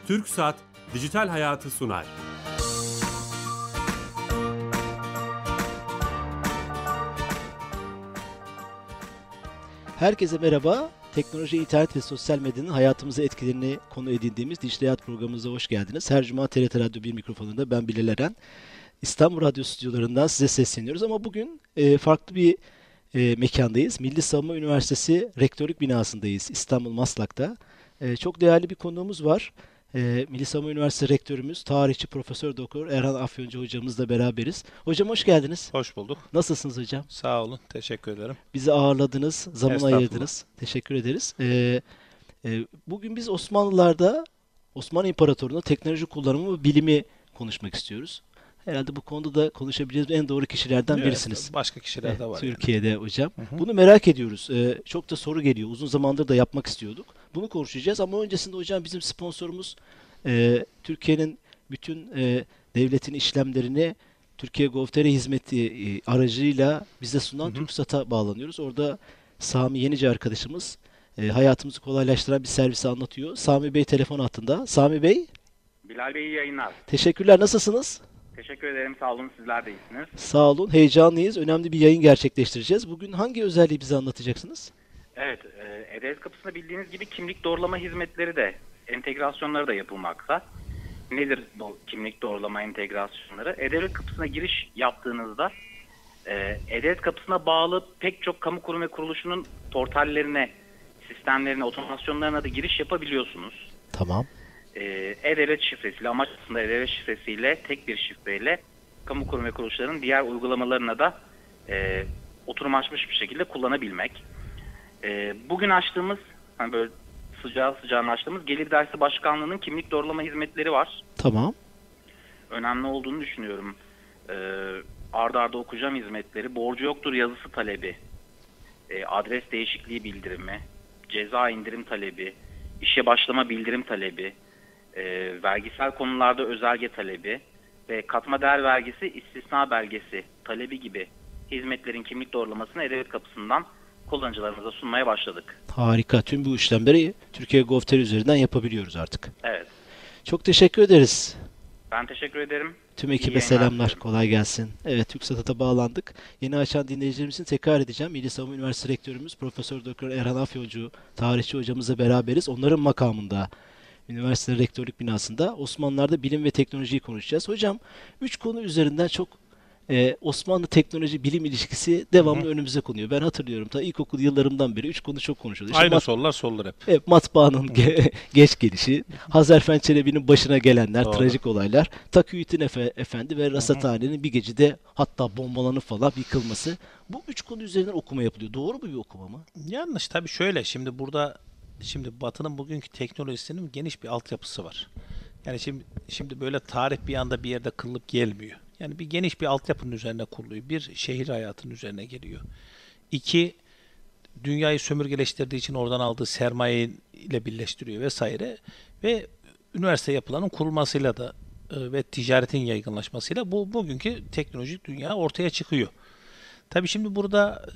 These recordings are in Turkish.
TürkSat Dijital Hayatı sunar. Herkese merhaba. Teknoloji, internet ve sosyal medyanın hayatımıza etkilerini konu edindiğimiz Dijital Hayat programımıza hoş geldiniz. Her cuma TRT Radyo 1 mikrofonunda ben Bilal Eren. İstanbul Radyo stüdyolarından size sesleniyoruz ama bugün farklı bir mekandayız. Milli Savunma Üniversitesi Rektörlük binasındayız İstanbul Maslak'ta. Çok değerli bir konuğumuz var. Milli Savunma Üniversitesi Rektörümüz, tarihçi Profesör Doktor Erhan Afyoncu hocamızla beraberiz. Hocam hoş geldiniz. Hoş bulduk. Nasılsınız hocam? Sağ olun. Teşekkür ederim. Bizi ağırladınız, zaman ayırdınız. Teşekkür ederiz. Bugün biz Osmanlı İmparatorluğu'nda teknoloji kullanımı ve bilimi konuşmak istiyoruz. Herhalde bu konuda da konuşabileceğimiz en doğru kişilerden birisiniz. Başka kişiler de var. Türkiye'de yani. hocam. Hı hı. Bunu merak ediyoruz. Çok da soru geliyor. Uzun zamandır da yapmak istiyorduk. Bunu konuşacağız ama öncesinde hocam bizim sponsorumuz Türkiye'nin bütün devletin işlemlerini Türkiye Gov.tr hizmeti aracıyla bize sunan TürkSat'a bağlanıyoruz. Orada Sami Yenici arkadaşımız hayatımızı kolaylaştıran bir servisi anlatıyor. Sami Bey telefon hattında. Sami Bey. Bilal Bey, iyi yayınlar. Teşekkürler. Nasılsınız? Teşekkür ederim. Sağ olun. Sizler de iyisiniz. Sağ olun. Heyecanlıyız. Önemli bir yayın gerçekleştireceğiz. Bugün hangi özelliği bize anlatacaksınız? Evet. E-Devlet kapısında bildiğiniz gibi kimlik doğrulama hizmetleri de, entegrasyonları da yapılmakta. Nedir bu kimlik doğrulama entegrasyonları? E-Devlet kapısına giriş yaptığınızda E-Devlet kapısına bağlı pek çok kamu kurum ve kuruluşunun portallerine, sistemlerine, otomasyonlarına da giriş yapabiliyorsunuz. Tamam. E-Devlet şifresiyle, amaç aslında E-Devlet şifresiyle, tek bir şifreyle kamu kurum ve kuruluşların diğer uygulamalarına da oturum açmış bir şekilde kullanabilmek. Bugün açtığımız, hani böyle sıcağına açtığımız Gelir İdaresi Başkanlığı'nın kimlik doğrulama hizmetleri var. Tamam. Önemli olduğunu düşünüyorum. Arda arda okuyacağım hizmetleri. Borcu yoktur yazısı talebi, adres değişikliği bildirimi, ceza indirim talebi, işe başlama bildirim talebi, vergisel konularda özelge talebi ve katma değer vergisi istisna belgesi talebi gibi hizmetlerin kimlik doğrulamasını E-Devlet kapısından kullanıcılarımıza sunmaya başladık. Harika. Tüm bu işlemleri Türkiye Gov.tr üzerinden yapabiliyoruz artık. Evet. Çok teşekkür ederiz. Ben teşekkür ederim. Tüm ekibe selamlar. Kolay gelsin. Evet, TürkSat'a bağlandık. Yeni açan dinleyicilerimizin tekrar edeceğim. Milli Savunma Üniversitesi Rektörümüz Profesör Doktor Erhan Afyoncu, tarihçi hocamızla beraberiz. Onların makamında üniversite rektörlük binasında Osmanlılar'da bilim ve teknolojiyi konuşacağız. Hocam 3 konu üzerinden çok Osmanlı teknoloji bilim ilişkisi devamlı önümüze konuyor. Ben hatırlıyorum ta ilkokul yıllarımdan beri 3 konu çok konuşuluyor. İşte Aynı sorular hep. Evet, matbaanın geç gelişi, Hazarfen Çelebi'nin başına gelenler, Doğru. trajik olaylar, Takiyüddin Efendi ve Rasathane'nin bir gecede hatta bombalanıp falan yıkılması. Bu 3 konu üzerinden okuma yapılıyor. Doğru mu bir okuma mı? Yanlış. Tabii şöyle. Şimdi Batı'nın bugünkü teknolojisinin geniş bir altyapısı var. Yani şimdi böyle tarih bir anda bir yerde kırılıp gelmiyor. Yani bir geniş bir altyapının üzerine kuruluyor. Bir, şehir hayatının üzerine geliyor. İki, dünyayı sömürgeleştirdiği için oradan aldığı sermaye ile birleştiriyor vesaire. Ve üniversite yapılarının kurulmasıyla da ve ticaretin yaygınlaşmasıyla bugünkü teknolojik dünya ortaya çıkıyor. Tabii şimdi burada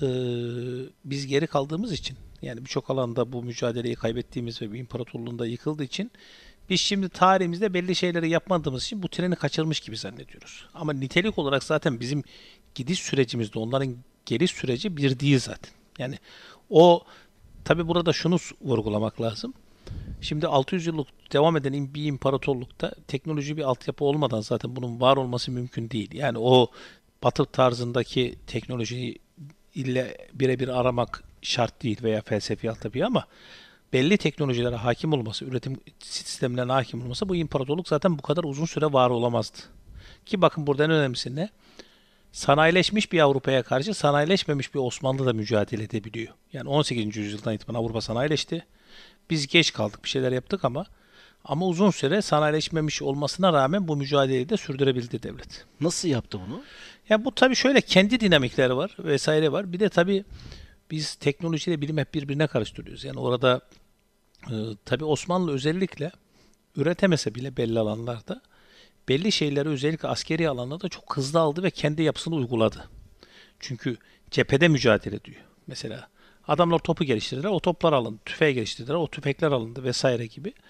biz geri kaldığımız için, yani birçok alanda bu mücadeleyi kaybettiğimiz ve bir imparatorluğunda yıkıldığı için biz şimdi tarihimizde belli şeyleri yapmadığımız için bu treni kaçırmış gibi zannediyoruz. Ama nitelik olarak zaten bizim gidiş sürecimizde onların geliş süreci bir değil zaten. Yani tabii burada şunu vurgulamak lazım. Şimdi 600 yıllık devam eden bir imparatorlukta teknoloji bir altyapı olmadan zaten bunun var olması mümkün değil. Yani o Batı tarzındaki teknolojiyi ile birebir aramak şart değil veya felsefi altyapı, ama belli teknolojilere hakim olması, üretim sistemlerine hakim olması, bu imparatorluk zaten bu kadar uzun süre var olamazdı. Ki bakın burada en önemlisi ne? Sanayileşmiş bir Avrupa'ya karşı sanayileşmemiş bir Osmanlı da mücadele edebiliyor. Yani 18. yüzyıldan itibaren Avrupa sanayileşti. Biz geç kaldık, bir şeyler yaptık ama uzun süre sanayileşmemiş olmasına rağmen bu mücadeleyi de sürdürebildi devlet. Nasıl yaptı bunu? Ya bu tabii şöyle, kendi dinamikleri var vesaire var. Bir de tabii biz teknolojiyle bilim hep birbirine karıştırıyoruz. Yani orada tabii Osmanlı özellikle üretemese bile belli alanlarda belli şeyleri özellikle askeri alanlarda çok hızlı aldı ve kendi yapısını uyguladı. Çünkü cephede mücadele ediyor. Mesela adamlar topu geliştirdiler, o toplar alındı. Tüfeği geliştirdiler, o tüfekler alındı vesaire gibi.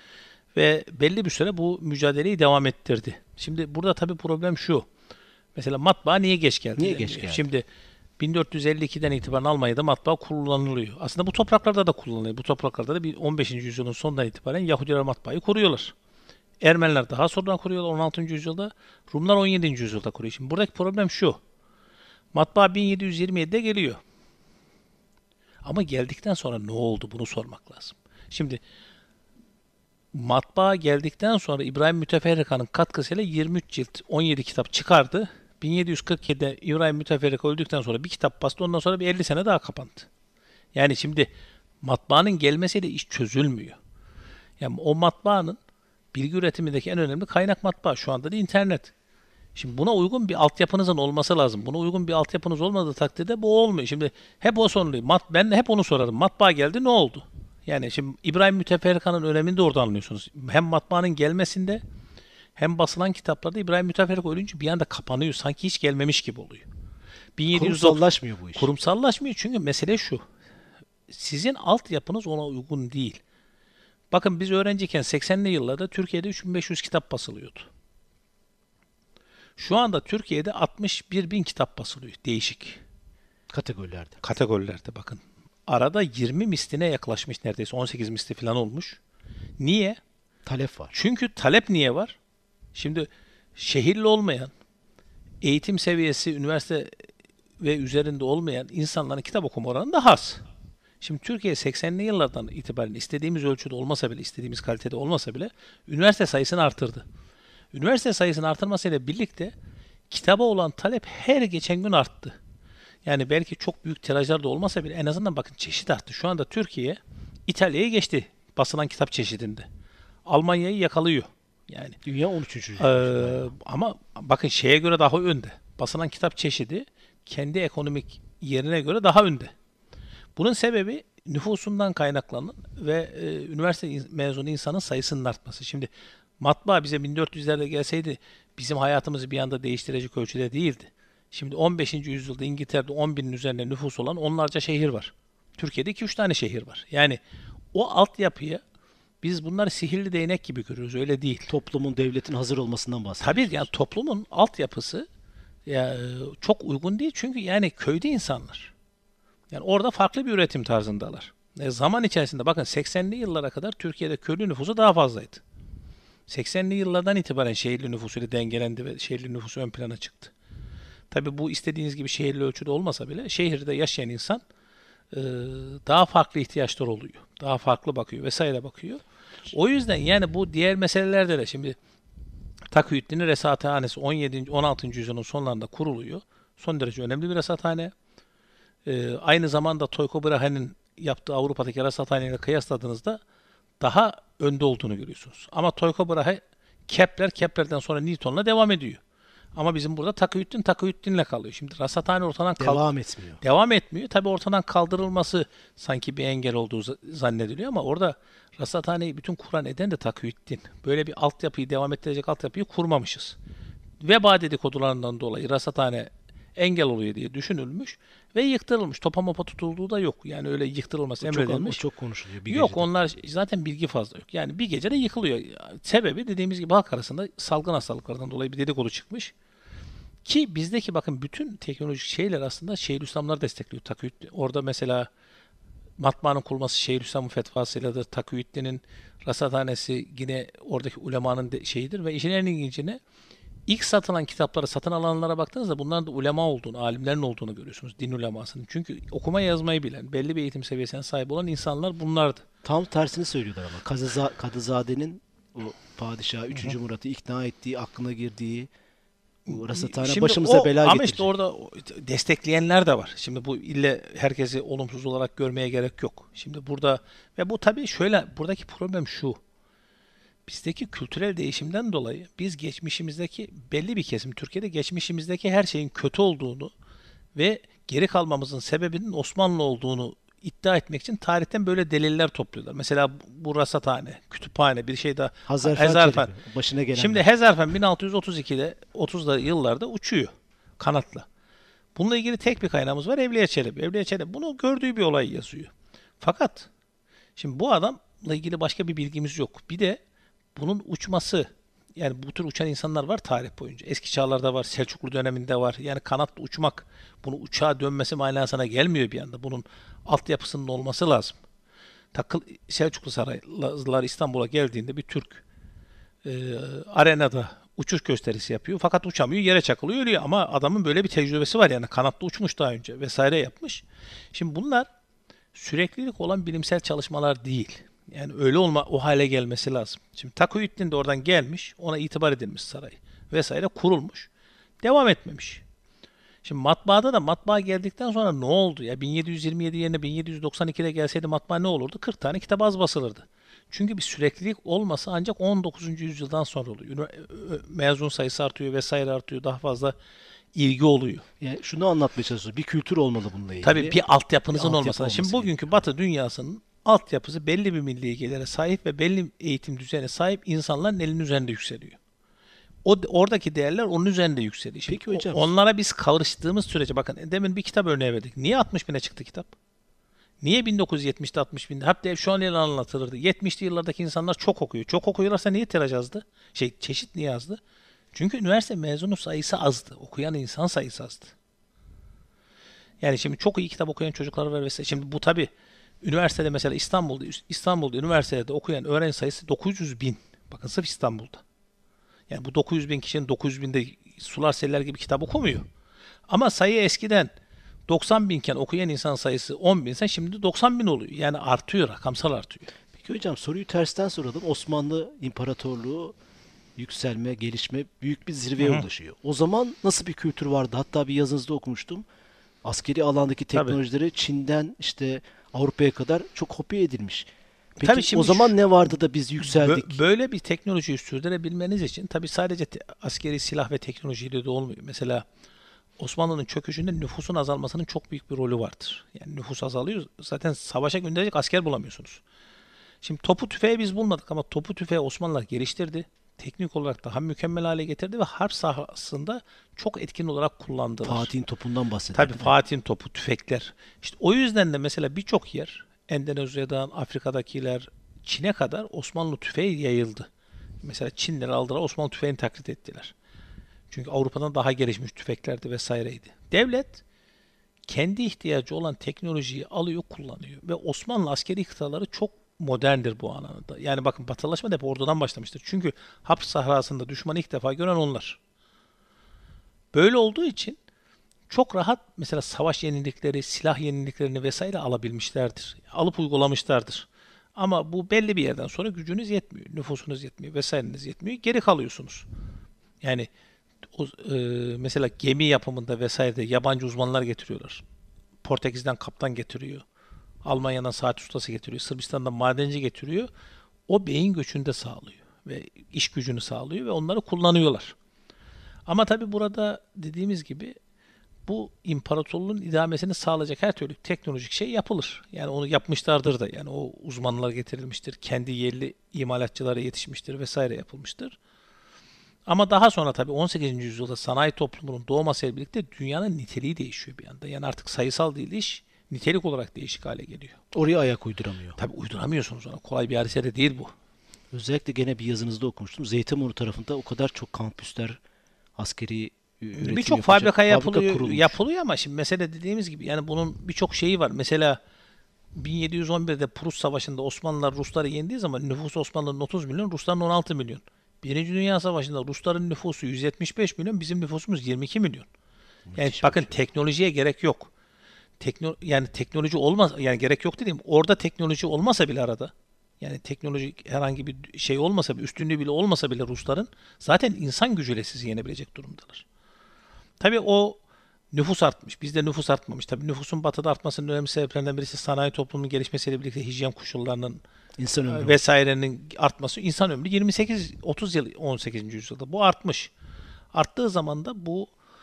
Ve belli bir süre bu mücadeleyi devam ettirdi. Şimdi burada tabii problem şu. Mesela matbaa niye geç geldi? Niye geç geldi? Şimdi 1452'den itibaren Almanya'da matbaa kullanılıyor. Aslında bu topraklarda da kullanılıyor. Bu topraklarda da 15. yüzyılın sonundan itibaren Yahudiler matbaayı kuruyorlar. Ermeniler daha sonradan kuruyorlar 16. yüzyılda. Rumlar 17. yüzyılda kuruyor. Şimdi buradaki problem şu. Matbaa 1727'de geliyor. Ama geldikten sonra ne oldu? Bunu sormak lazım. Şimdi matbaa geldikten sonra İbrahim Müteferrika'nın katkısıyla 23 cilt 17 kitap çıkardı. 1747'de İbrahim Müteferrika öldükten sonra bir kitap bastı. Ondan sonra bir 50 sene daha kapandı. Yani şimdi matbaanın gelmesiyle iş çözülmüyor. Yani o matbaanın bilgi üretimindeki en önemli kaynak matbaa. Şu anda da internet. Şimdi buna uygun bir altyapınızın olması lazım. Buna uygun bir altyapınız olmadığı takdirde bu olmuyor. Şimdi hep o soruluyor. Ben de hep onu sorarım. Matbaa geldi ne oldu? Yani şimdi İbrahim Müteferrika'nın önemini de orada anlıyorsunuz. Hem matbaanın gelmesinde hem basılan kitaplarda İbrahim Müteferrika ölünce bir anda kapanıyor. Sanki hiç gelmemiş gibi oluyor. 1790 Kurumsallaşmıyor bu iş. Kurumsallaşmıyor çünkü mesele şu. Sizin altyapınız ona uygun değil. Bakın biz öğrenciyken 80'li yıllarda Türkiye'de 3500 kitap basılıyordu. Şu anda Türkiye'de 61 bin kitap basılıyor. Değişik Kategorilerde. kategorilerde bakın. Arada 20 misline yaklaşmış neredeyse. 18 misli falan olmuş. Niye? Talep var. Çünkü talep niye var? Şimdi şehirli olmayan, eğitim seviyesi, üniversite ve üzerinde olmayan insanların kitap okuma oranı daha az. Şimdi Türkiye 80'li yıllardan itibaren istediğimiz ölçüde olmasa bile, istediğimiz kalitede olmasa bile üniversite sayısını artırdı. Üniversite sayısını artırmasıyla birlikte kitaba olan talep her geçen gün arttı. Yani belki çok büyük tirajlar da olmasa bile en azından bakın çeşit arttı. Şu anda Türkiye İtalya'ya geçti basılan kitap çeşidinde. Almanya'yı yakalıyor. Yani Dünya 13. ama bakın şeye göre daha önde. Basılan kitap çeşidi kendi ekonomik yerine göre daha önde. Bunun sebebi nüfusundan kaynaklanan ve üniversite mezunu insanın sayısının artması. Şimdi matbaa bize 1400'lerde gelseydi bizim hayatımızı bir anda değiştirecek ölçüde değildi. Şimdi 15. yüzyılda İngiltere'de 10 binin üzerinde nüfus olan onlarca şehir var. Türkiye'de 2-3 tane şehir var. Yani o altyapıya biz bunları sihirli değnek gibi görüyoruz. Öyle değil. Toplumun, devletin hazır olmasından bahsediyoruz. Tabii yani toplumun altyapısı ya, çok uygun değil. Çünkü yani köyde insanlar. Yani orada farklı bir üretim tarzındalar. Zaman içerisinde bakın 80'li yıllara kadar Türkiye'de köylü nüfusu daha fazlaydı. 80'li yıllardan itibaren şehirli nüfusuyla dengelendi ve şehirli nüfusu ön plana çıktı. Tabii bu istediğiniz gibi şehirli ölçüde olmasa bile şehirde yaşayan insan daha farklı ihtiyaçlar oluyor. Daha farklı bakıyor vesaire bakıyor. O yüzden yani bu diğer meselelerde de şimdi Takiyüddin'in Resathanesi 16. yüzyılın sonlarında kuruluyor. Son derece önemli bir resathane. Aynı zamanda Tycho Brahe'nin yaptığı Avrupa'daki rasathaneyle kıyasladığınızda daha önde olduğunu görüyorsunuz. Ama Tycho Brahe Kepler'den sonra Newton'la devam ediyor. Ama bizim burada Takiyüddin'le kalıyor. Şimdi rasathane ortadan devam etmiyor. Tabii ortadan kaldırılması sanki bir engel olduğu zannediliyor ama orada rasathaneyi bütün kuran eden de Takiyüddin. Böyle bir altyapıyı devam ettirecek altyapıyı kurmamışız. Veba dedikodularından dolayı rasathane engel oluyor diye düşünülmüş ve yıktırılmış. Topa mopa tutulduğu da yok. Yani öyle yıktırılması emredilmiş. Çok konuşuluyor. Yok onlar zaten bilgi fazla yok. Yani bir gecede yıkılıyor. Sebebi dediğimiz gibi halk arasında salgın hastalıklardan dolayı bir dedikodu çıkmış. Ki bizdeki bakın bütün teknolojik şeyler aslında Şeyhülislamlar destekliyor. Takiyüddin. Orada mesela matbaanın kurulması Şeyhülislam'ın fetvasıyladır. Takiyüddin'in rasathanesi yine oradaki ulemanın şeyidir ve işin en ilgincini İlk satılan kitapları satın alanlara baktığınızda bunların da ulema olduğunu, alimlerin olduğunu görüyorsunuz. Din ulemasının. Çünkü okuma yazmayı bilen, belli bir eğitim seviyesine sahip olan insanlar bunlardı. Tam tersini söylüyorlar ama. Kadızade'nin o padişah 3. Murat'ı ikna ettiği, aklına girdiği rasathane başımıza bela getirecek. Ama işte orada destekleyenler de var. Şimdi bu ille herkesi olumsuz olarak görmeye gerek yok. Şimdi burada ve bu tabii şöyle buradaki problem şu. Bizdeki kültürel değişimden dolayı biz geçmişimizdeki belli bir kesim Türkiye'de geçmişimizdeki her şeyin kötü olduğunu ve geri kalmamızın sebebinin Osmanlı olduğunu iddia etmek için tarihten böyle deliller topluyorlar. Mesela bu rasathane, kütüphane bir şey daha. Hezarfen başına gelen. Şimdi Hezarfen 1632'de 30'da yıllarda uçuyor kanatla. Bununla ilgili tek bir kaynağımız var Evliya Çelebi. Evliya Çelebi bunu gördüğü bir olayı yazıyor. Fakat şimdi bu adamla ilgili başka bir bilgimiz yok. Bir de bunun uçması, yani bu tür uçan insanlar var tarih boyunca. Eski çağlarda var, Selçuklu döneminde var. Yani kanatlı uçmak, bunu uçağa dönmesi manasına gelmiyor bir anda. Bunun altyapısının olması lazım. Selçuklu saraylılar İstanbul'a geldiğinde bir Türk arenada uçuş gösterisi yapıyor. Fakat uçamıyor, yere çakılıyor, ölüyor. Ama adamın böyle bir tecrübesi var, yani kanatlı uçmuş daha önce vesaire yapmış. Şimdi bunlar süreklilik olan bilimsel çalışmalar değil. Yani öyle o hale gelmesi lazım. Şimdi Takuyuddin de oradan gelmiş, ona itibar edilmiş saray vesaire kurulmuş. Devam etmemiş. Şimdi matbaada da matbaa geldikten sonra ne oldu? Ya 1727 yerine 1792'de gelseydi matbaa ne olurdu? 40 tane kitap az basılırdı. Çünkü bir süreklilik olması ancak 19. yüzyıldan sonra oluyor. Mezun sayısı artıyor vesaire artıyor. Daha fazla ilgi oluyor. Yani şunu anlatmaya çalışıyoruz. Bir kültür olmalı bununla ilgili. Tabii bir altyapınızın Bir altyapı olması. Şimdi olması bugünkü Batı dünyasının altyapısı belli bir milli gelire sahip ve belli eğitim düzenine sahip insanların elinin üzerinde yükseliyor. Oradaki değerler onun üzerinde yükseliyor. Şimdi Peki hocam. onlara biz karıştığımız sürece, bakın demin bir kitap örneği verdik. Niye 60 bine çıktı kitap? Niye 1970'te 60 binde? Hatta şu an ile anlatılırdı. 70'li yıllardaki insanlar çok okuyor. Çok okuyorlarsa niye tiraj azdı? Çeşit niye azdı? Çünkü üniversite mezunu sayısı azdı. Okuyan insan sayısı azdı. Yani şimdi çok iyi kitap okuyan çocuklar var vesaire. Şimdi bu tabii üniversitede, mesela İstanbul'da üniversitede okuyan öğrenci sayısı 900 bin. Bakın sırf İstanbul'da. Yani bu 900 bin kişinin 900 binde sular seller gibi kitap okumuyor. Ama sayı eskiden 90 binken okuyan insan sayısı 10 binse şimdi 90 bin oluyor. Yani artıyor, rakamsal artıyor. Peki hocam, soruyu tersten soralım. Osmanlı İmparatorluğu yükselme, gelişme büyük bir zirveye ulaşıyor. O zaman nasıl bir kültür vardı? Hatta bir yazınızda okumuştum. Askeri alandaki teknolojileri Çin'den işte Avrupa'ya kadar çok kopya edilmiş. Peki Tabii şimdi o zaman ne vardı da biz yükseldik? Böyle bir teknolojiyi sürdürebilmeniz için tabii sadece askeri silah ve teknolojiyle de olmuyor. Mesela Osmanlı'nın çöküşünde nüfusun azalmasının çok büyük bir rolü vardır. Yani nüfus azalıyor. Zaten savaşa gönderecek asker bulamıyorsunuz. Şimdi topu tüfeği biz bulmadık ama topu tüfeği Osmanlılar geliştirdi. Teknik olarak daha mükemmel hale getirdi ve harp sahasında çok etkin olarak kullandılar. Fatih'in topundan bahsedelim. Tabii Fatih'in topu, tüfekler. İşte o yüzden de mesela birçok yer, Endonezya'dan Afrika'dakiler, Çin'e kadar Osmanlı tüfeği yayıldı. Mesela Çinliler aldılar, Osmanlı tüfeğini taklit ettiler. Çünkü Avrupa'dan daha gelişmiş tüfeklerdi vesaireydi. Devlet kendi ihtiyacı olan teknolojiyi alıyor, kullanıyor. Ve Osmanlı askeri kıtaları çok moderndir bu anlamda. Yani bakın, batılaşma da hep oradan başlamıştır. Çünkü Harp sahrasında düşmanı ilk defa gören onlar. Böyle olduğu için çok rahat mesela savaş yenilikleri, silah yeniliklerini vesaire alabilmişlerdir. Alıp uygulamışlardır. Ama bu belli bir yerden sonra gücünüz yetmiyor, nüfusunuz yetmiyor, vesaireniz yetmiyor. Geri kalıyorsunuz. Yani mesela gemi yapımında vesairede yabancı uzmanlar getiriyorlar. Portekiz'den kaptan getiriyor. Almanya'dan saat ustası getiriyor. Sırbistan'dan madenci getiriyor. O beyin göçünü de sağlıyor. Ve iş gücünü sağlıyor ve onları kullanıyorlar. Ama tabii burada dediğimiz gibi bu imparatorluğun idamesini sağlayacak her türlü teknolojik şey yapılır. Yani onu yapmışlardır da. Yani o uzmanlar getirilmiştir. Kendi yerli imalatçılara yetişmiştir vesaire yapılmıştır. Ama daha sonra tabii 18. yüzyılda sanayi toplumunun doğmasıyla birlikte dünyanın niteliği değişiyor bir anda. Yani artık sayısal değil iş, nitelik olarak değişik hale geliyor. Oraya ayak uyduramıyor. Tabii uyduramıyorsunuz ona. Kolay bir hadise de değil bu. Özellikle gene bir yazınızda okumuştum. Zeytinburnu tarafında o kadar çok kampüsler, askeri üretim Birçok yapacak fabrika kurulmuş. yapılıyor ama şimdi mesele dediğimiz gibi, yani bunun birçok şeyi var. Mesela 1711'de Prus Savaşı'nda Osmanlılar Rusları yendiği zaman nüfusu Osmanlı'nın 30 milyon, Rusların 16 milyon. Birinci Dünya Savaşı'nda Rusların nüfusu 175 milyon, bizim nüfusumuz 22 milyon. Yani bakın, teknolojiye gerek yok. Yani teknoloji olmaz, yani gerek yok dediğim, orada teknoloji olmasa bile arada, yani teknoloji herhangi bir şey olmasa bile, üstünlüğü bile olmasa bile Rusların zaten insan gücüyle sizi yenebilecek durumdalar. Tabii o nüfus artmış. Bizde nüfus artmamış. Tabii nüfusun batıda artmasının önemli sebeplerinden birisi sanayi toplumunun gelişmesiyle birlikte hijyen koşullarının İnsan ömrü vesairenin artması. İnsan ömrü 28-30 yıl 18. yüzyılda bu artmış. Arttığı zaman da bu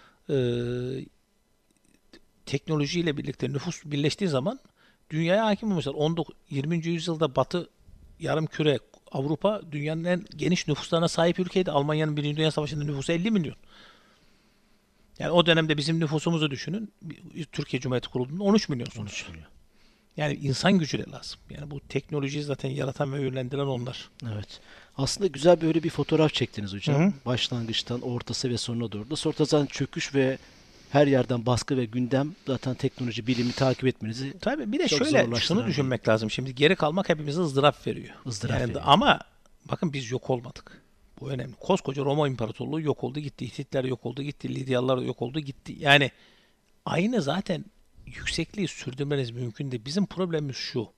teknolojiyle birlikte nüfus birleştiği zaman dünyaya hakim olmuşlar. 20. yüzyılda Batı yarımküre, Avrupa dünyanın en geniş nüfuslarına sahip ülkeydi. Almanya'nın 1. Dünya Savaşı'nda nüfusu 50 milyon. Yani o dönemde bizim nüfusumuzu düşünün. Türkiye Cumhuriyeti kurulduğunda 13 milyon sonuç. 13 milyon. Yani insan gücü de lazım. Yani bu teknolojiyi zaten yaratan ve yönlendiren onlar. Evet. Aslında güzel böyle bir fotoğraf çektiniz hocam. Hı hı. Başlangıçtan ortası ve sonuna doğru da. Sonra zaten çöküş ve her yerden baskı ve gündem zaten teknoloji bilimi takip etmenizi Tabii bir de çok şöyle zorlaştıran şunu bir düşünmek lazım. Şimdi geri kalmak hepimize ızdırap veriyor. ızdırap Yani veriyor. ama bakın biz yok olmadık. Bu önemli. Koskoca Roma İmparatorluğu yok oldu gitti. Hititler yok oldu gitti. Lidyalılar yok oldu gitti. Yani aynı zaten yüksekliği sürdürmeniz mümkün değil. Bizim problemimiz şu.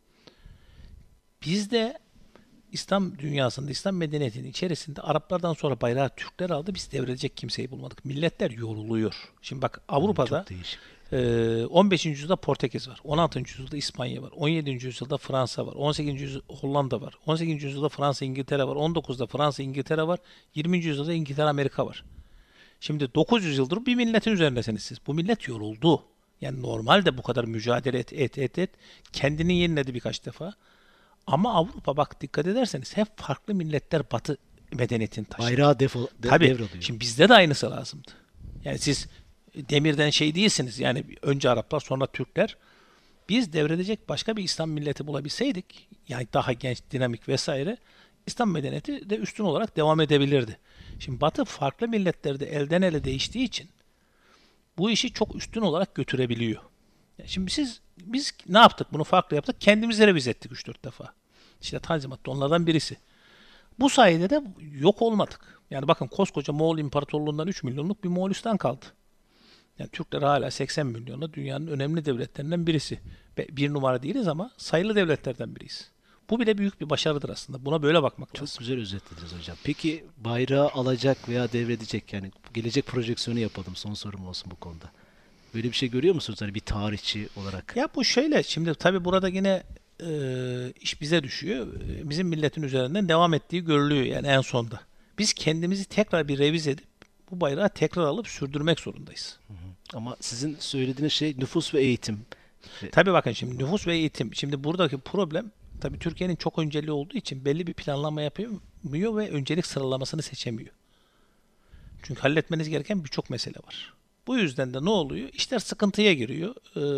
Bizde İslam dünyasında, İslam medeniyetinin içerisinde Araplardan sonra bayrağı Türkler aldı. Biz devredecek kimseyi bulmadık. Milletler yoruluyor. Şimdi bak Avrupa'da çok değişik. 15. yüzyılda Portekiz var. 16. yüzyılda İspanya var. 17. yüzyılda Fransa var. 18. yüzyılda Hollanda var. 18. yüzyılda Fransa, İngiltere var. 19'da Fransa, İngiltere var. 20. yüzyılda İngiltere, Amerika var. Şimdi 900 yıldır bir milletin üzerindesiniz siz. Bu millet yoruldu. Yani normalde bu kadar mücadele et. Kendini yeniledi birkaç defa. Ama Avrupa bak dikkat ederseniz hep farklı milletler Batı medeniyetini taşıdı. Bayrağı Tabii. devralıyor. Şimdi bizde de aynısı lazımdı. Yani siz demirden şey değilsiniz. Yani önce Araplar sonra Türkler. Biz devredecek başka bir İslam milleti bulabilseydik, yani daha genç, dinamik vesaire, İslam medeniyeti de üstün olarak devam edebilirdi. Şimdi Batı farklı milletlerde elden ele değiştiği için bu işi çok üstün olarak götürebiliyor. Yani şimdi biz ne yaptık? Bunu farklı yaptık. Kendimizi revize ettik 3-4 defa. İşte Tanzimat da onlardan birisi. Bu sayede de yok olmadık. Yani bakın koskoca Moğol İmparatorluğundan 3 milyonluk bir Moğolistan kaldı. Yani Türkler hala 80 milyonla dünyanın önemli devletlerinden birisi. Bir numara değiliz ama sayılı devletlerden biriyiz. Bu bile büyük bir başarıdır aslında. Buna böyle bakmak Çok lazım. güzel özetlediniz hocam. Peki bayrağı alacak veya devredecek, yani gelecek projeksiyonu yapalım. Son sorum olsun bu konuda. Böyle bir şey görüyor musunuz hani bir tarihçi olarak? Ya bu şöyle, şimdi tabii burada yine iş bize düşüyor. Bizim milletin üzerinden devam ettiği görülüyor yani en sonda. Biz kendimizi tekrar bir revize edip bu bayrağı tekrar alıp sürdürmek zorundayız. Ama sizin söylediğiniz şey nüfus ve eğitim. Tabii bakın şimdi nüfus ve eğitim. Şimdi buradaki problem tabii Türkiye'nin çok önceliği olduğu için belli bir planlama yapamıyor ve öncelik sıralamasını seçemiyor. Çünkü halletmeniz gereken birçok mesele var. Bu yüzden de ne oluyor? İşler sıkıntıya giriyor.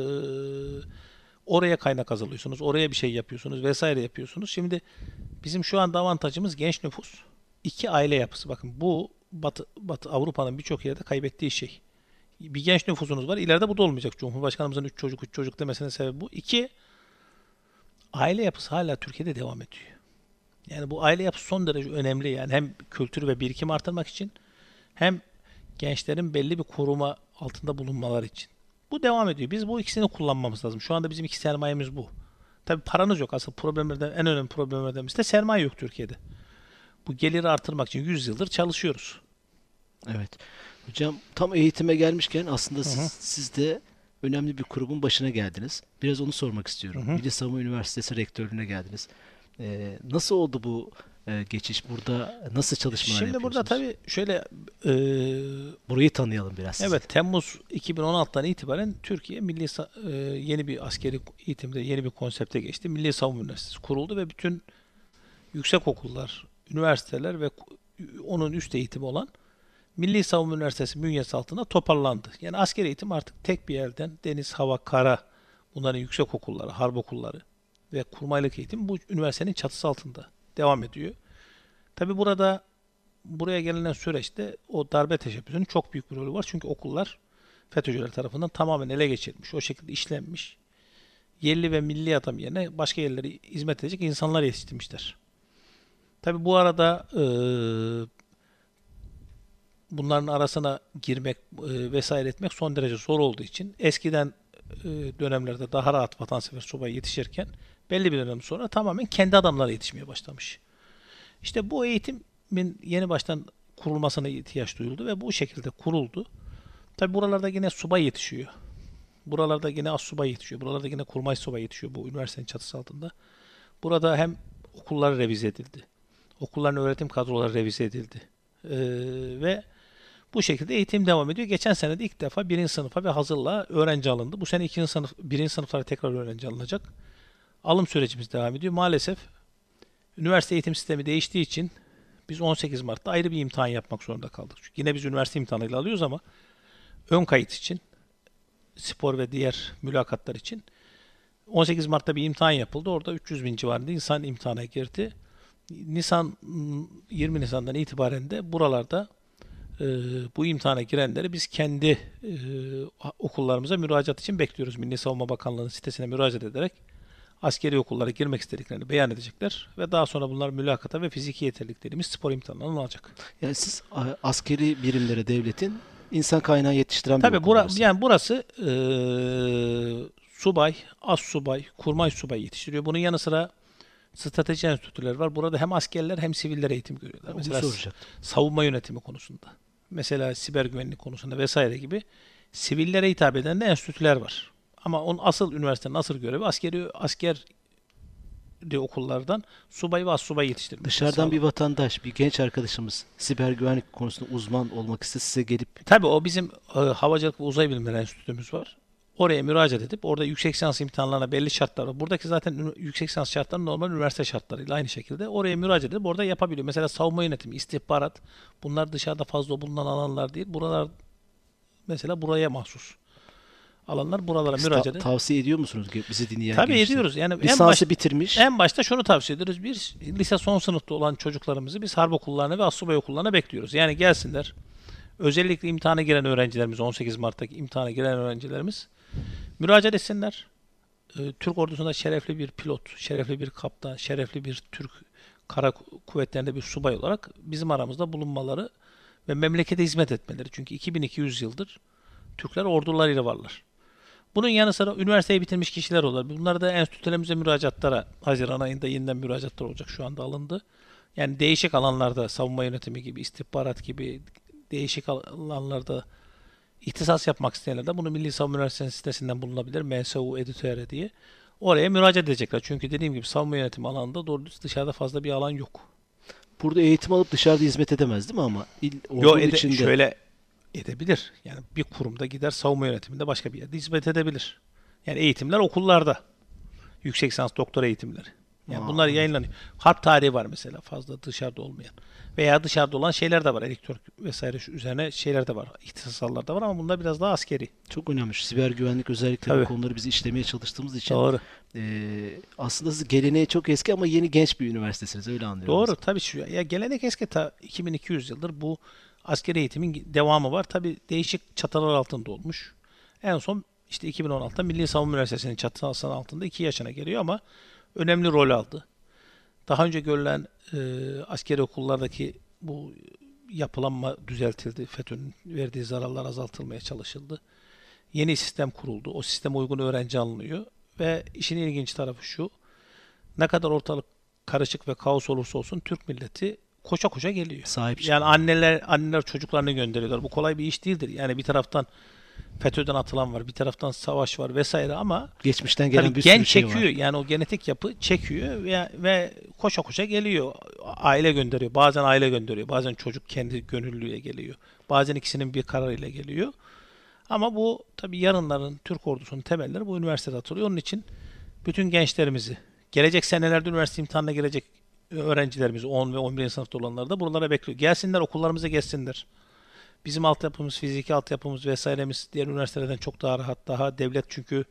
Oraya kaynak hazırlıyorsunuz, oraya bir şey yapıyorsunuz vesaire yapıyorsunuz. Şimdi bizim şu anda avantajımız genç nüfus. 2 aile yapısı. Bakın bu Batı Avrupa'nın birçok yerde kaybettiği şey. Bir genç nüfusunuz var. İleride bu da olmayacak. Cumhurbaşkanımızın 3 çocuk demesinin sebebi bu. 2, aile yapısı hala Türkiye'de devam ediyor. Yani bu aile yapısı son derece önemli. Yani hem kültür ve birikim artırmak için hem gençlerin belli bir koruma altında bulunmaları için. Bu devam ediyor. Biz bu ikisini kullanmamız lazım. Şu anda bizim iki sermayemiz bu. Tabii paranız yok. Asıl problemlerden, en önemli problemlerden birisi de sermaye yok Türkiye'de. Bu geliri artırmak için 100 yıldır çalışıyoruz. Evet. Hocam tam eğitime gelmişken aslında Hı hı. siz de önemli bir kurumun başına geldiniz. Biraz onu sormak istiyorum. Hı hı. Milli Savunma Üniversitesi rektörlüğüne geldiniz. Nasıl oldu bu geçiş? Burada nasıl çalışmalar Şimdi yapıyorsunuz? burada tabii şöyle Burayı tanıyalım biraz size. evet, Temmuz 2016'dan itibaren Türkiye yeni bir askeri eğitimde yeni bir konsepte geçti. Milli Savunma Üniversitesi kuruldu ve bütün yüksek okullar, üniversiteler ve onun üst eğitimi olan Milli Savunma Üniversitesi bünyesi altında toparlandı. Yani askeri eğitim artık tek bir yerden deniz, hava, kara, bunların yüksek okulları, harp okulları ve kurmaylık eğitim bu üniversitenin çatısı altında devam ediyor. Tabi buraya gelinen süreçte o darbe teşebbüsünün çok büyük bir rolü var. Çünkü okullar FETÖ'cüler tarafından tamamen ele geçirilmiş. O şekilde işlenmiş. Yerli ve milli adam yerine başka yerlere hizmet edecek insanlar yetiştirmişler. Tabi bu arada bunların arasına girmek vesaire etmek son derece zor olduğu için eskiden dönemlerde daha rahat vatansever subay yetişirken belli bir dönem sonra tamamen kendi adamları yetişmeye başlamış. İşte bu eğitimin yeni baştan kurulmasına ihtiyaç duyuldu ve bu şekilde kuruldu. Tabi buralarda yine subay yetişiyor. Buralarda yine assubay yetişiyor. Buralarda yine kurmay subay yetişiyor bu üniversitenin çatısı altında. Burada hem okullar revize edildi. Okulların öğretim kadroları revize edildi. Ve bu şekilde eğitim devam ediyor. Geçen sene de ilk defa 1. sınıfa ve hazırlığa öğrenci alındı. Bu sene 2. sınıf, 1. sınıflara tekrar öğrenci alınacak. Alım sürecimiz devam ediyor. Maalesef üniversite eğitim sistemi değiştiği için biz 18 Mart'ta ayrı bir imtihan yapmak zorunda kaldık. Çünkü yine biz üniversite imtihanıyla alıyoruz ama ön kayıt için, spor ve diğer mülakatlar için 18 Mart'ta bir imtihan yapıldı. Orada 300 bin civarında insan imtihana girdi. 20 Nisan'dan itibaren de buralarda bu imtihana girenleri biz kendi okullarımıza müracaat için bekliyoruz. Milli Savunma Bakanlığı'nın sitesine müracaat ederek askeri okullara girmek istediklerini beyan edecekler ve daha sonra bunlar mülakata ve fiziki yeterlilik dediğimiz spor imtihanlarından alacak. Yani siz askeri birimlere devletin insan kaynağı yetiştiren bir Tabii okul burası. yani burası subay, assubay, kurmay subay yetiştiriyor. Bunun yanı sıra strateji enstitüleri var. Burada hem askerler hem siviller eğitim görüyorlar. Onu Mesela soracaktım. savunma yönetimi konusunda, mesela siber güvenlik konusunda vesaire gibi sivillere hitap eden de enstitüler var. Ama onun üniversitenin asıl görevi askeri okullardan subay ve assubay yetiştirmek. Dışarıdan bir vatandaş, bir genç arkadaşımız siber güvenlik konusunda uzman olmak ise size gelip Tabii o bizim Havacılık ve Uzay Bilimleri Enstitümüz var. Oraya müracaat edip orada yüksek lisans imtihanlarına belli şartlar var. Buradaki zaten yüksek lisans şartları normal üniversite şartlarıyla aynı şekilde. Oraya müracaat edip orada yapabiliyor. Mesela savunma yönetimi, istihbarat, bunlar dışarıda fazla bulunan alanlar değil. Buralar mesela buraya mahsus alanlar, buralara müracaat edip. tavsiye ediyor musunuz bizi dinleyen Tabii gençler? ediyoruz. Yani Lisansı bitirmiş. en başta şunu tavsiye ediyoruz. Bir lise son sınıfta olan çocuklarımızı biz harp okullarına ve assubay okullarına bekliyoruz. Yani gelsinler. Özellikle imtihana giren öğrencilerimiz, 18 Mart'taki imtihana giren öğrencilerimiz müracaat etsinler. Türk ordusunda şerefli bir pilot, şerefli bir kaptan, şerefli bir Türk Kara Kuvvetleri'nde bir subay olarak bizim aramızda bulunmaları ve memlekete hizmet etmeleri. Çünkü 2200 yıldır Türkler ordularıyla varlar. Bunun yanı sıra üniversiteyi bitirmiş kişiler olabilir. Bunlar da enstitülerimize müracaatlara, Haziran ayında yeniden müracaatlar olacak, şu anda alındı. Yani değişik alanlarda savunma yönetimi gibi, istihbarat gibi değişik alanlarda ihtisas yapmak isteyenler de bunu Milli Savunma Üniversitesi sitesinden bulunabilir. MSU Editörü diye. Oraya müracaat edecekler. Çünkü dediğim gibi savunma yönetimi alanında doğru dışarıda fazla bir alan yok. Burada eğitim alıp dışarıda hizmet edemez değil mi ama? Yo, içinde. şöyle edebilir. Yani bir kurumda gider savunma yönetiminde başka bir yerde hizmet edebilir. Yani eğitimler okullarda. Yüksek lisans doktora eğitimleri. Yani bunlar yayınlanıyor. Harp tarihi var mesela, fazla dışarıda olmayan. Veya dışarıda olan şeyler de var. Elektronik vesaire şu üzerine şeyler de var. İhtisaslar da var ama bunlar biraz daha askeri. Çok önemli. Siber güvenlik özellikle Tabii. bu konuları biz işlemeye çalıştığımız için Doğru. aslında siz geleneği çok eski ama yeni genç bir üniversitesiniz. Öyle anlıyorum. Doğru. Tabii ya gelenek eski, 2200 yıldır bu askeri eğitimin devamı var. Tabii değişik çatılar altında olmuş. En son işte 2016'da Milli Savunma Üniversitesi'nin çatısı altında 2 yaşına geliyor ama önemli rol aldı. Daha önce görülen askeri okullardaki bu yapılanma düzeltildi. FETÖ'nün verdiği zararlar azaltılmaya çalışıldı. Yeni sistem kuruldu. O sisteme uygun öğrenci alınıyor. Ve işin ilginç tarafı şu: ne kadar ortalık karışık ve kaos olursa olsun Türk milleti koşa koşa geliyor. Sahip Yani anneler çocuklarını gönderiyorlar. Bu kolay bir iş değildir. Yani bir taraftan FETÖ'den atılan var, bir taraftan savaş var vesaire ama geçmişten gelen tabii bir gen sürü şey çekiyor. var. Yani o genetik yapı çekiyor ve koşa koşa geliyor. Aile gönderiyor. Bazen aile gönderiyor. Bazen çocuk kendi gönüllüye geliyor. Bazen ikisinin bir kararıyla geliyor. Ama bu tabii yarınların Türk ordusunun temelleri bu üniversitede atılıyor. Onun için bütün gençlerimizi, gelecek senelerde üniversite imtihanına girecek öğrencilerimizi, 10 ve 11. sınıfta olanları da buralara bekliyor. Gelsinler, okullarımıza geçsinler. Bizim altyapımız, fiziki altyapımız vesairemiz diğer üniversitelerden çok daha rahat. Daha devlet çünkü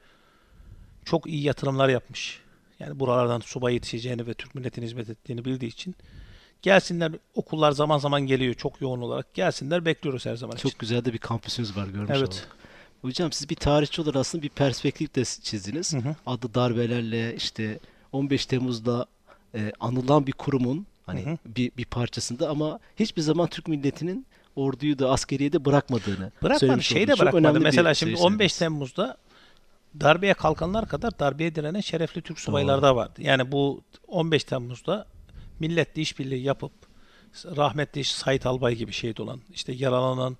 çok iyi yatırımlar yapmış. Yani buralardan subay yetişeceğini ve Türk milletine hizmet ettiğini bildiği için gelsinler, okullar zaman zaman geliyor çok yoğun olarak. Gelsinler, bekliyoruz her zaman için. Çok güzel de bir kampüsünüz var, görmüş Evet. olduk. Hocam siz bir tarihçi olarak aslında bir perspektif de çizdiniz. Hı hı. Adı darbelerle işte 15 Temmuz'da anılan bir kurumun hani Hı hı. bir parçasında ama hiçbir zaman Türk milletinin orduyu da askeriye de bırakmadığını Bırakmadı, söylemiş şey de oldunuz. Çok bırakmadı. önemli bir Mesela şimdi şey 15 söylediniz. Temmuz'da darbeye kalkanlar kadar darbeye direnen şerefli Türk subaylar da vardı. Yani bu 15 Temmuz'da milletle işbirliği yapıp rahmetli Sait Albay gibi şehit olan, işte yaralanan,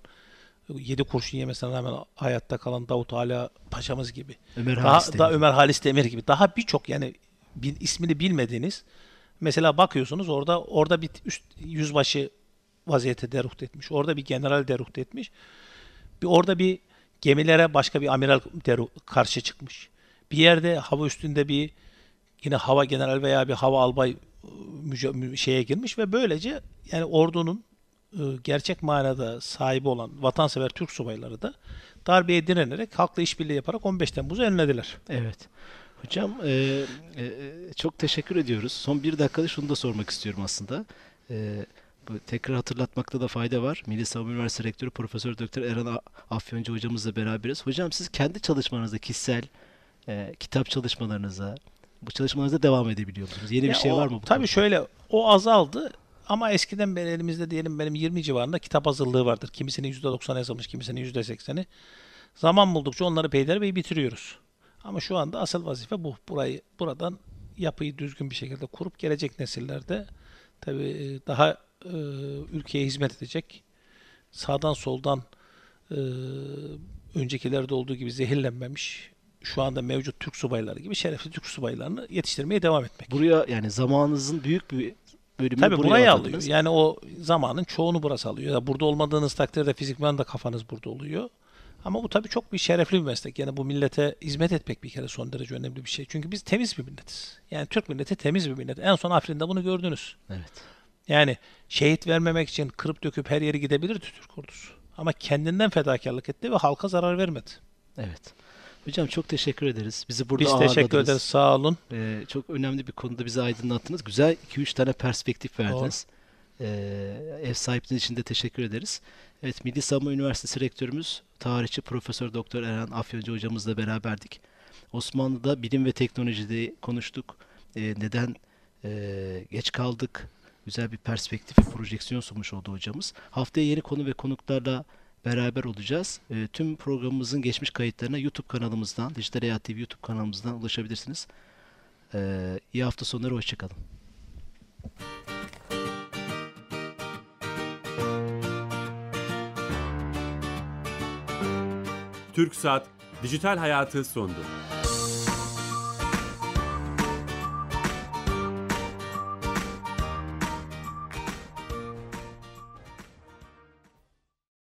7 kurşun yemesine rağmen hayatta kalan Davut Ala Paşa'mız gibi. Ömer Daha Halis Demir. Ömer Halis Demir gibi. Daha birçok, yani ismini bilmediğiniz, mesela bakıyorsunuz orada bir üst yüzbaşı vaziyete deruht etmiş. Orada bir general deruht etmiş. Orada bir gemilere başka bir amiral karşı çıkmış. Bir yerde hava üstünde bir yine hava general veya bir hava albay şeye girmiş ve böylece yani ordunun gerçek manada sahibi olan vatansever Türk subayları da darbeye direnerek halkla işbirliği yaparak 15 Temmuz'u önlediler. Evet. Hocam çok teşekkür ediyoruz. Son bir dakikada şunu da sormak istiyorum aslında. Bu tekrar hatırlatmakta da fayda var. Milli Savunma Üniversitesi Rektörü Profesör Doktor Eren Afyoncu hocamızla beraberiz. Hocam siz kendi çalışmanızda kişisel kitap çalışmalarınıza, bu çalışmalarınıza devam edebiliyor musunuz? Yeni bir şey var mı bu Tabii konuda? şöyle, o azaldı ama eskiden beri elimizde diyelim benim 20 civarında kitap hazırlığı vardır. Kimisinin %90 yazılmış, kimisinin %80'i. Zaman buldukça onları peyderpey bitiriyoruz. Ama şu anda asıl vazife bu. Buradan yapıyı düzgün bir şekilde kurup gelecek nesillerde tabii daha ülkeye hizmet edecek, sağdan soldan e, öncekilerde olduğu gibi zehirlenmemiş, şu anda mevcut Türk subayları gibi şerefli Türk subaylarını yetiştirmeye devam etmek. Buraya yani zamanınızın büyük bir bölümünü Tabii buraya burayı alıyor. adadınız. Yani o zamanın çoğunu burası alıyor. Ya burada olmadığınız takdirde fizikmen de kafanız burada oluyor. Ama bu tabii çok bir şerefli bir meslek. Yani bu millete hizmet etmek bir kere son derece önemli bir şey. Çünkü biz temiz bir milletiz. Yani Türk milleti temiz bir millet. En son Afrin'de bunu gördünüz. Evet. Yani şehit vermemek için kırıp döküp her yeri gidebilirdi Türk ordusu. Ama kendinden fedakarlık etti ve halka zarar vermedi. Evet. Hocam çok teşekkür ederiz. Bizi burada Biz teşekkür ağırladınız. ederiz. Sağ olun. Çok önemli bir konuda bizi aydınlattınız. Güzel 2-3 tane perspektif verdiniz. Ev sahipliğiniz için de teşekkür ederiz. Evet, Milli Savunma Üniversitesi Rektörümüz tarihçi Profesör Doktor Eren Afyoncu hocamızla beraberdik. Osmanlı'da bilim ve teknolojide konuştuk. Neden geç kaldık? Güzel bir perspektif ve projeksiyon sunmuş oldu hocamız. Haftaya yeni konu ve konuklarla beraber olacağız. Tüm programımızın geçmiş kayıtlarına YouTube kanalımızdan, Dijital Hayat TV YouTube kanalımızdan ulaşabilirsiniz. İyi hafta sonları, hoşçakalın. TürkSat Dijital Hayatı sundu.